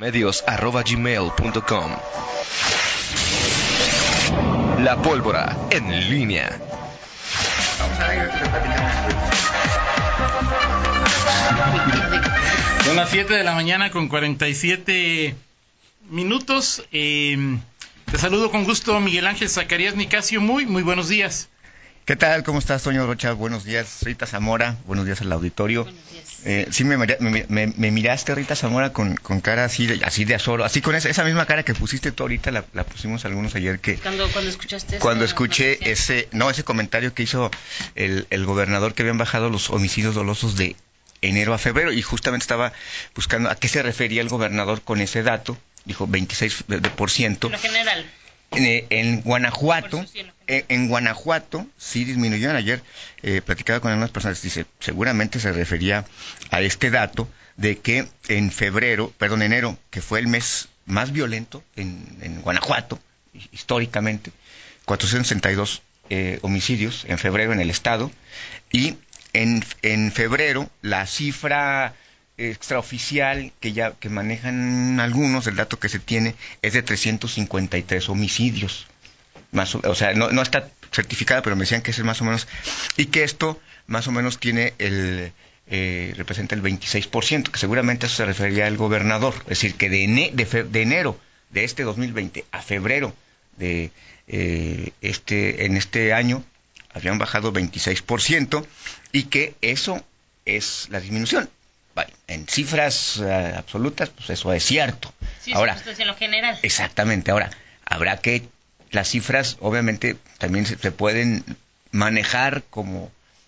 medios@gmail.com. La Pólvora en línea. Son las 7 de la mañana con 47 minutos. Te saludo con gusto, Miguel Ángel Zacarías Nicasio. Muy buenos días. ¿Qué tal? ¿Cómo estás, Toño Rocha? Buenos días, Rita Zamora. Buenos días al auditorio. Buenos días. Sí, me miraste, Rita Zamora, con cara así de azoro, así con esa misma cara que pusiste tú ahorita, la pusimos algunos ayer que... Cuando escuchaste Cuando escuché ese comentario que hizo el gobernador, que habían bajado los homicidios dolosos de enero a febrero, y justamente estaba buscando a qué se refería el gobernador con ese dato. Dijo 26%. En lo general. En Guanajuato, sí disminuyeron. Ayer platicaba con algunas personas, dice, seguramente se refería a este dato de que enero, que fue el mes más violento en Guanajuato, históricamente, 462 homicidios en febrero en el estado, y en febrero la cifra extraoficial que manejan algunos, el dato que se tiene es de 353 homicidios. O sea, no está certificada, pero me decían que es más o menos, y que esto más o menos tiene representa el 26%, que seguramente eso se refería al gobernador. Es decir, que de enero de este 2020 a febrero de en este año habían bajado 26%, y que eso es la disminución. Vale, en cifras absolutas, pues eso es cierto. Sí, ahora, en lo general. Exactamente. Ahora, habrá que... Las cifras, obviamente, también se pueden manejar como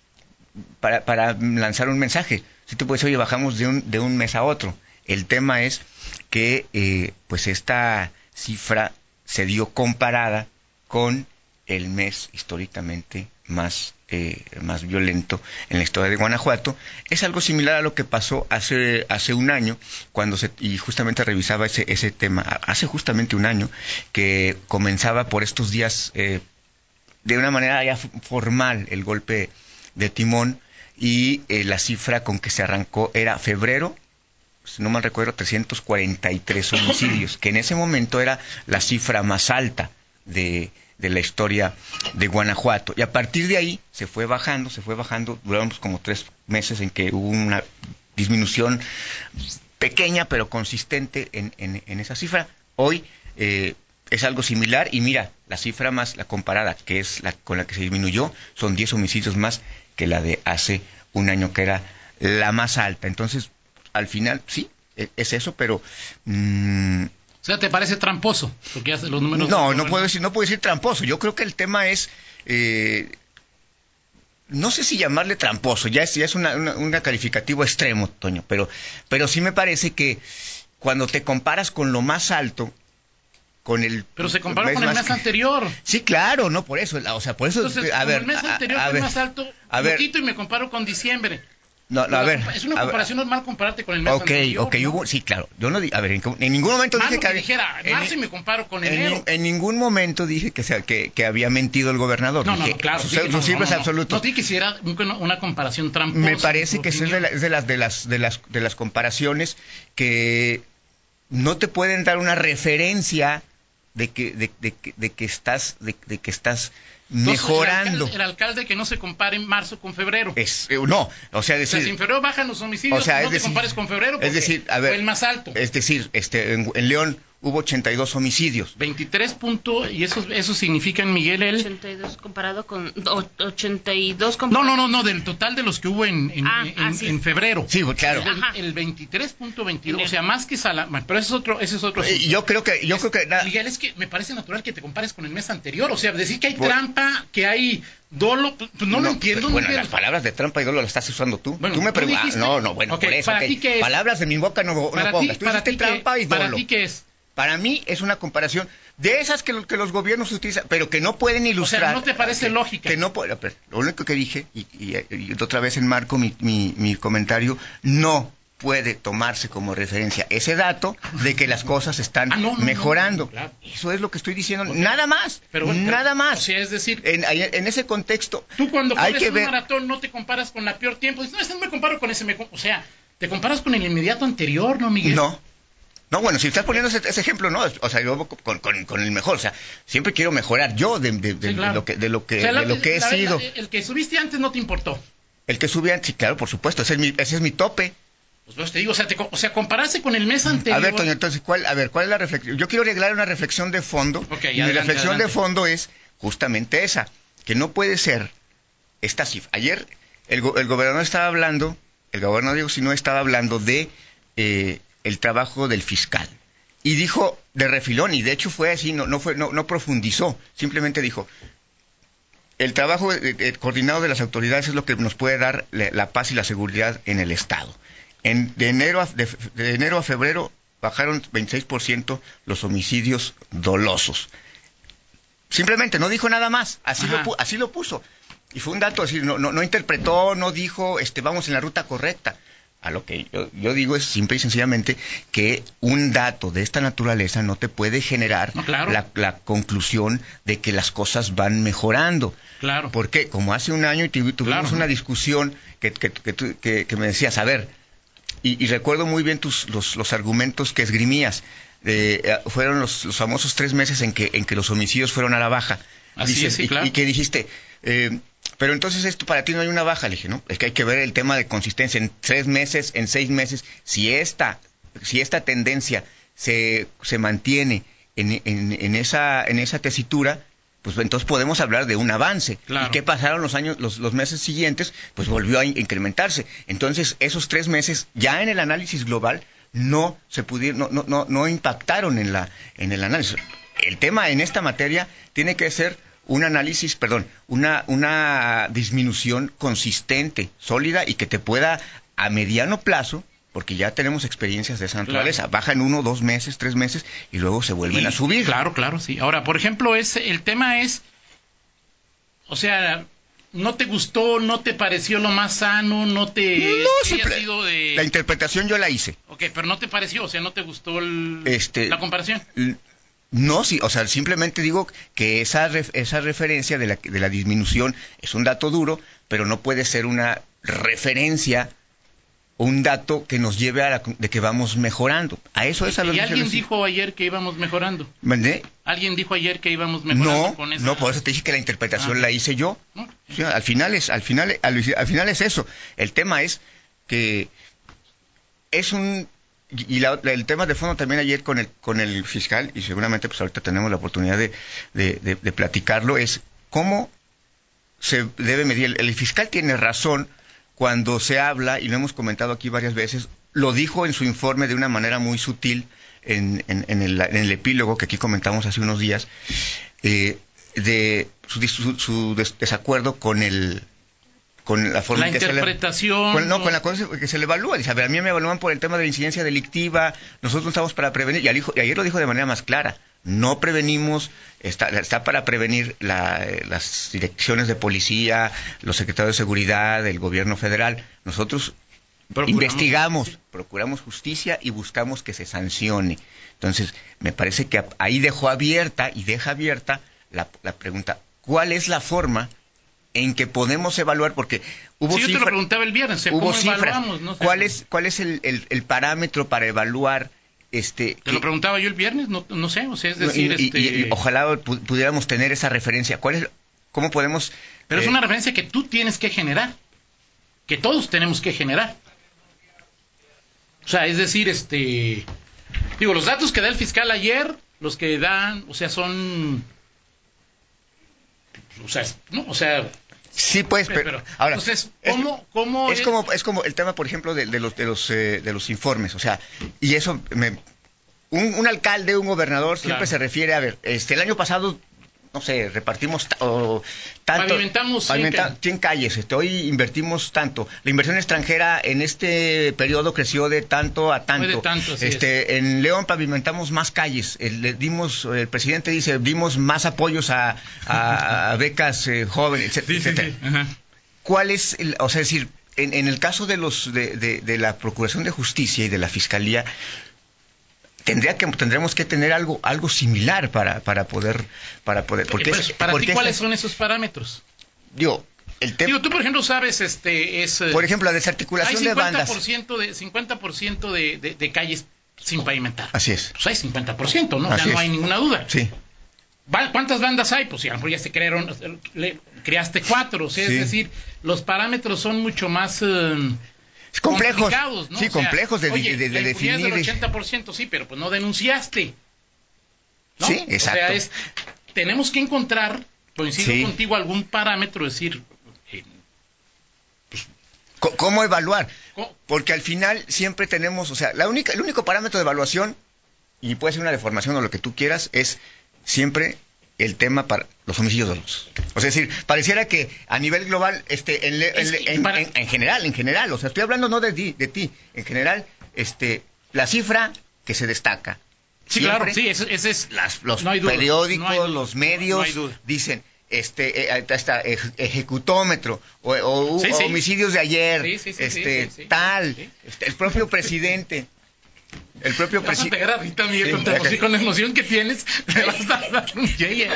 para lanzar un mensaje. Si tú puedes decir, oye, bajamos de un mes a otro. El tema es que pues esta cifra se dio comparada con el mes históricamente más violento en la historia de Guanajuato. Es algo similar a lo que pasó hace un año, y justamente revisaba ese tema, hace justamente un año, que comenzaba por estos días de una manera ya formal el golpe de timón, y la cifra con que se arrancó era febrero, si no mal recuerdo, 343 homicidios, que en ese momento era la cifra más alta de la historia de Guanajuato. Y a partir de ahí se fue bajando, duramos como 3 meses en que hubo una disminución pequeña pero consistente en esa cifra. Hoy es algo similar, y mira, la cifra la comparada, que es con la que se disminuyó, son 10 homicidios más que la de hace un año, que era la más alta. Entonces, al final, sí, es eso, pero... O sea, ¿te parece tramposo? Porque ya los números... No puedo decir tramposo. Yo creo que el tema es... no sé si llamarle tramposo, ya es un calificativo extremo, Toño, pero sí me parece que cuando te comparas con lo más alto, pero se compara con el mes anterior. Sí, claro, no, por eso. O sea, por eso... Entonces, el mes anterior fue más alto, poquito, y me comparo con diciembre. Es una comparación normal compararte con el mes anterior. ¿no? Sí, claro. Yo no en ningún momento dije que dijera marzo y me comparo con enero. En ningún momento dije que había mentido el gobernador. No, claro. Su cifra es absoluto. No te quisiera una comparación tramposa. Me parece que es de las comparaciones que no te pueden dar una referencia de que estás mejorando. Entonces, el alcalde que no se compare en marzo con febrero. No, o sea, decir... O sea, si en febrero bajan los homicidios, no te compares con febrero, porque fue el más alto. Es decir, en León hubo 82 homicidios. 23 puntos, y eso significa, Miguel, 82 comparado con... 82 comparado... No, del total de los que hubo en febrero. Sí, claro. El 23.22, o sea, más que pero ese es otro asunto. Yo creo que... Miguel, es que me parece natural que te compares con el mes anterior, o sea, decir que hay trampa, que hay dolo, pues no lo entiendo. Bueno, Miguel. las palabras de trampa y dolo las estás usando tú. Bueno, tú me preguntas. No, bueno, okay, por eso. ¿Para ti qué es? Palabras de mi boca no pongas. Tú dijiste trampa y dolo. ¿Para ti qué es? Para mí es una comparación de esas que los gobiernos utilizan, pero que no pueden ilustrar. O sea, ¿no te parece lógica? Que no puede. Lo único que dije, y otra vez enmarco mi comentario, no puede tomarse como referencia ese dato de que las cosas están mejorando. Claro. Eso es lo que estoy diciendo. Okay. Nada más. Nada más. O sea, es decir, en ese contexto. Tú cuando corres un maratón no te comparas con la peor tiempo. Dices, no me comparo con ese. O sea, te comparas con el inmediato anterior, ¿no, Miguel? No. No, bueno, si estás poniendo ese ejemplo, no, o sea, yo con el mejor, o sea, siempre quiero mejorar yo de lo que he sido. El que subiste antes no te importó. El que subí antes, sí, claro, por supuesto, ese es mi tope. Pues te digo, o sea, compararse con el mes anterior. A ver, Toño, entonces, ¿cuál es la reflexión? Yo quiero arreglar una reflexión de fondo. Okay, y mi reflexión de fondo es justamente esa, que no puede ser esta cifra. Ayer el gobernador estaba hablando, el gobernador Diego Sinúa estaba hablando de el trabajo del fiscal. Y dijo de refilón, y de hecho fue así, no profundizó, simplemente dijo, el trabajo coordinado de las autoridades es lo que nos puede dar la paz y la seguridad en el Estado. De enero a febrero bajaron 26% los homicidios dolosos. Simplemente no dijo nada más, así lo puso. Y fue un dato, así, no interpretó, no dijo, vamos en la ruta correcta. A lo que yo digo es simple y sencillamente que un dato de esta naturaleza no te puede generar la conclusión de que las cosas van mejorando. Claro. Porque como hace un año tuvimos una discusión que me decías, a ver, y recuerdo muy bien los argumentos que esgrimías. Fueron los famosos 3 meses en que los homicidios fueron a la baja. Así es, sí, claro. Y que dijiste, pero entonces esto para ti no hay una baja. Le dije, no, es que hay que ver el tema de consistencia. En 3 meses, en 6 meses, si esta tendencia se mantiene en esa tesitura, pues entonces podemos hablar de un avance. Claro. ¿Y qué pasaron los meses siguientes? Pues volvió a incrementarse. Entonces, esos 3 meses, ya en el análisis global, no impactaron en el análisis. El tema en esta materia tiene que ser un análisis, una disminución consistente, sólida y que te pueda a mediano plazo, porque ya tenemos experiencias de esa naturaleza, claro, bajan 1, 2 meses, 3 meses y luego se vuelven a subir. Claro, sí. Ahora, por ejemplo, el tema es, o sea, ¿no te gustó, no te pareció lo más sano, no te... La interpretación yo la hice. Ok, pero no te pareció, o sea, ¿no te gustó la comparación? No, sí, o sea, simplemente digo que esa referencia de la disminución es un dato duro, pero no puede ser una referencia, un dato que nos lleve de que vamos mejorando. A eso es a lo que... ¿Y alguien dijo ayer que íbamos mejorando? ¿Mandé? ¿Alguien dijo ayer que íbamos mejorando con eso? No, por eso te dije que la interpretación la hice yo. ¿No? O sea, al final es eso. El tema es que es un... Y el tema de fondo también ayer con el fiscal, y seguramente pues ahorita tenemos la oportunidad de platicarlo, es cómo se debe medir. El fiscal tiene razón cuando se habla, y lo hemos comentado aquí varias veces, lo dijo en su informe de una manera muy sutil en el epílogo que aquí comentamos hace unos días, de su desacuerdo con la forma la en que interpretación, con la cosa que se le evalúa. Dice, a ver, a mí me evalúan por el tema de la incidencia delictiva, nosotros no estamos para prevenir, y ayer lo dijo de manera más clara, no prevenimos, está para prevenir las direcciones de policía, los secretarios de seguridad, el gobierno federal. Nosotros investigamos, procuramos justicia y buscamos que se sancione. Entonces, me parece que ahí deja abierta la pregunta, ¿cuál es la forma en que podemos evaluar? Porque hubo cifras. Yo te lo preguntaba el viernes, ¿cómo evaluamos? No sé, ¿Cuál es el parámetro para evaluar? Te lo preguntaba yo el viernes, no sé, o sea, es decir... Y ojalá pudiéramos tener esa referencia. ¿Cómo podemos...? Pero es una referencia que tú tienes que generar, que todos tenemos que generar. O sea, es decir, los datos que da el fiscal ayer, los que dan, o sea, son... Sí, pues, pero ahora, entonces, ¿cómo es como el tema, por ejemplo, de los informes, o sea, y eso un alcalde, un gobernador siempre se refiere a ver, el año pasado, no sé, repartimos tanto, pavimentamos 100 calles, hoy invertimos tanto, la inversión extranjera en este periodo creció de tanto a tanto, de tanto en León pavimentamos más calles, el presidente dice, dimos más apoyos a becas jóvenes, etcétera. Sí. ¿Cuál es, es decir, en el caso de la Procuración de Justicia y de la Fiscalía, tendremos que tener algo similar para poder porque para ti ¿cuáles son esos parámetros? Tú por ejemplo sabes por ejemplo la desarticulación de bandas. Hay 50% de calles sin pavimentar. Así es. Pues hay 50%, ¿no? Así Ya no es. hay ninguna duda. Sí. ¿Cuántas bandas hay? Pues si a lo mejor ya se crearon, creaste 4, o sea, Sí. es decir, los parámetros son mucho más Complejos. complicados, ¿no? Sí, O sea, complejos de oye, la impunidad definir. es del 80%, sí, pero pues no denunciaste, ¿no? Sí, exacto. O sea, tenemos que encontrar, coincido Sí. contigo, algún parámetro, decir, ¿Cómo evaluar? ¿cómo? Porque al final siempre tenemos, o sea, el único parámetro de evaluación, y puede ser una deformación o lo que tú quieras, es siempre el tema para los homicidios dolosos. O sea, es decir, pareciera que a nivel global, en general, o sea, estoy hablando no de ti, en general, la cifra que se destaca. Sí, siempre, claro, sí, ese es... los no hay duda, periódicos, no hay duda, los medios, no hay duda. dicen, hasta ejecutómetro, o Sí, sí. homicidios de ayer, Sí, tal, sí. el propio presidente. El propio Te vas a presidente. pegar ahorita, Miguel, Sí, con la emoción que tienes, te vas a dar un yeye.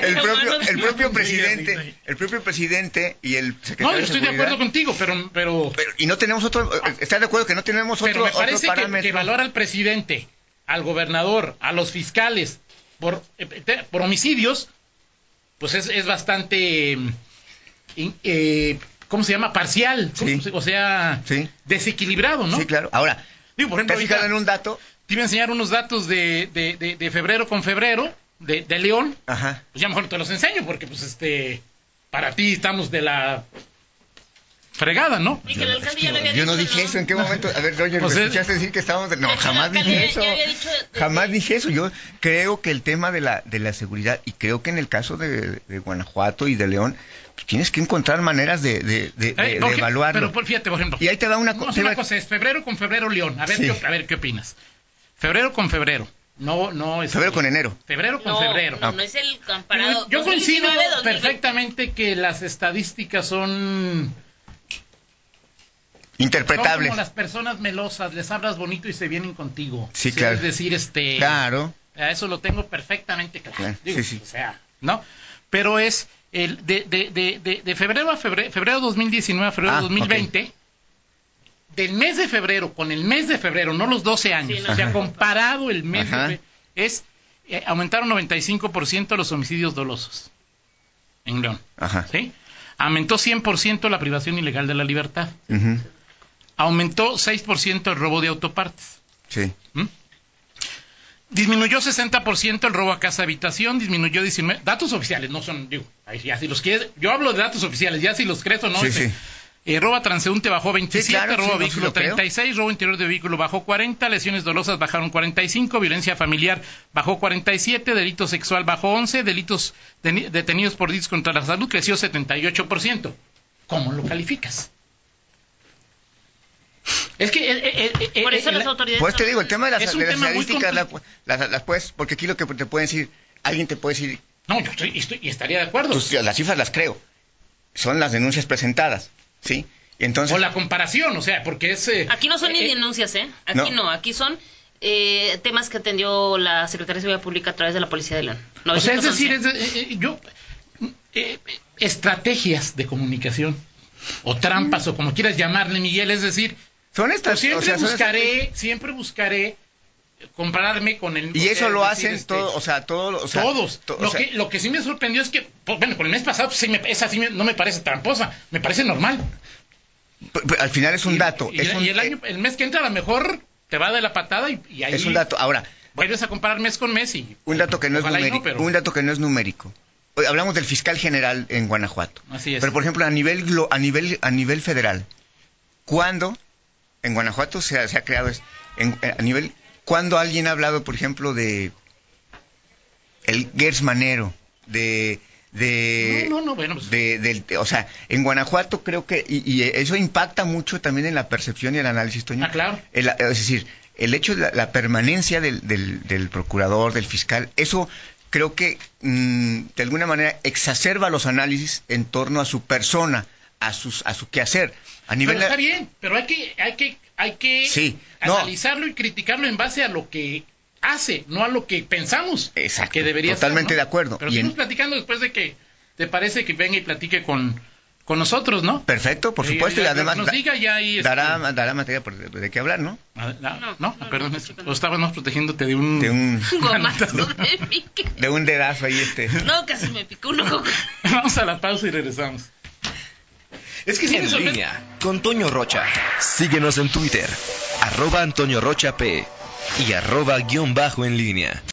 El propio presidente y el secretario No, yo estoy de acuerdo contigo, pero y no tenemos otro. ¿Estás de acuerdo que no tenemos pero otro me parece parámetro? que evaluar al presidente, al gobernador, a los fiscales por homicidios, pues es bastante, ¿cómo se llama? Parcial, Sí. o sea, Sí. desequilibrado, ¿no? Sí, claro. Ahora, Digo, por ¿te ejemplo, has fijado ahorita en un dato? te iba a enseñar unos datos de febrero con febrero, de León. Ajá. Pues ya mejor te los enseño, porque pues para ti estamos de la fregada, ¿no? Y que el alcalde ya lo había Yo no dicho, dije eso. ¿En qué momento? A ver, Roger, Pues ¿me es- escuchaste decir que estábamos? No, De hecho, jamás el alcalde dije ya eso. había dicho Jamás dije eso. Yo creo que el tema de la seguridad, y creo que en el caso de Guanajuato y de León, pues tienes que encontrar maneras de evaluarlo. Pero fíjate, por ejemplo. Y ahí te da una No, cosa. una cosa es febrero con febrero León. A ver, Sí. a ver qué opinas. Febrero con febrero. No, Febrero con enero. Febrero con No, febrero. no es el comparado. Yo coincido 2019, 2020. perfectamente que las estadísticas son Interpretable. como las personas melosas, les hablas bonito y se vienen contigo. Sí, O sea, claro. Es decir, Claro. eso lo tengo perfectamente claro. Claro, Digo, sí, sí. O sea, ¿no? Pero es de febrero a febrero 2019 a febrero 2020, del mes de febrero con el mes de febrero, no los 12 años, Sí, no. o sea, Ajá. comparado el mes Ajá. de aumentaron 95% los homicidios dolosos en León. Ajá. ¿Sí? Aumentó 100% la privación ilegal de la libertad. Ujú. Aumentó 6% el robo de autopartes. Sí. ¿Mm? Disminuyó 60% el robo a casa habitación, disminuyó 19%. Datos oficiales, no son, digo, ahí ya si los quieres, yo hablo de datos oficiales, ya si los crees o no. Sí, sí. Robo a transeúnte bajó 27, Sí, claro, robo a sí, vehículo lo creo. 36, robo interior de vehículo bajó 40, lesiones dolosas bajaron 45, violencia familiar bajó 47, delito sexual bajó 11, delitos detenidos por delitos contra la salud creció 78%. ¿Cómo lo calificas? Es que Por eso las autoridades. Pues te digo, el tema de las Es un tema muy estadísticas, complicado. las puedes, porque aquí lo que te pueden decir, alguien te puede decir, No, yo estaría de acuerdo. pues, las cifras las creo, son las denuncias presentadas, ¿sí? Y entonces, O la comparación, o sea, porque es... Aquí no son ni denuncias, ¿eh? Aquí no, aquí son temas que atendió la Secretaría de Seguridad Pública a través de la Policía de León. o sea, es 911. decir, estrategias de comunicación, o trampas, o como quieras llamarle, Miguel, es decir, son estas, siempre o sea, son siempre buscaré compararme con el... y o eso sea, lo es decir, hacen todo, o sea, todo, o sea, todos. o sea, Lo que sí me sorprendió es que, pues, bueno, con el mes pasado, pues, esa sí no me parece tramposa, me parece normal. al final es un dato, Y, es un, el mes que entra a lo mejor te va de la patada y ahí es un dato. Ahora, vuelves a comparar mes con mes y... un dato que no es ojalá y numérico, pero- un dato que no es numérico. Hoy hablamos del fiscal general en Guanajuato. Así es. Pero por ejemplo, a nivel federal, ¿cuándo en Guanajuato se ha creado a nivel cuándo alguien ha hablado, por ejemplo, de el Gers Manero, No, bueno, pues- o sea, en Guanajuato creo que y eso impacta mucho también en la percepción y el análisis, Toño. Ah, claro. Es decir, el hecho de la permanencia del procurador, del fiscal, eso creo que de alguna manera exacerba los análisis en torno a su persona, a su quehacer. A nivel Pero está bien, pero hay que Sí, no. analizarlo y criticarlo en base a lo que hace, no a lo que pensamos Exacto, que debería totalmente ser, ¿no? de acuerdo. Pero Y seguimos platicando después de que te parece que venga y platique con con nosotros, ¿no? Perfecto, por supuesto, y además nos diga ya ahí dará materia de qué hablar, ¿no? No, perdón, o estábamos protegiéndote de un Gomazo de Mickey. de un dedazo ahí No, casi me picó un ojo. Vamos a la pausa y regresamos. Es que sí En línea con Toño Rocha. Síguenos en Twitter, @AntonioRochaP y @_en línea.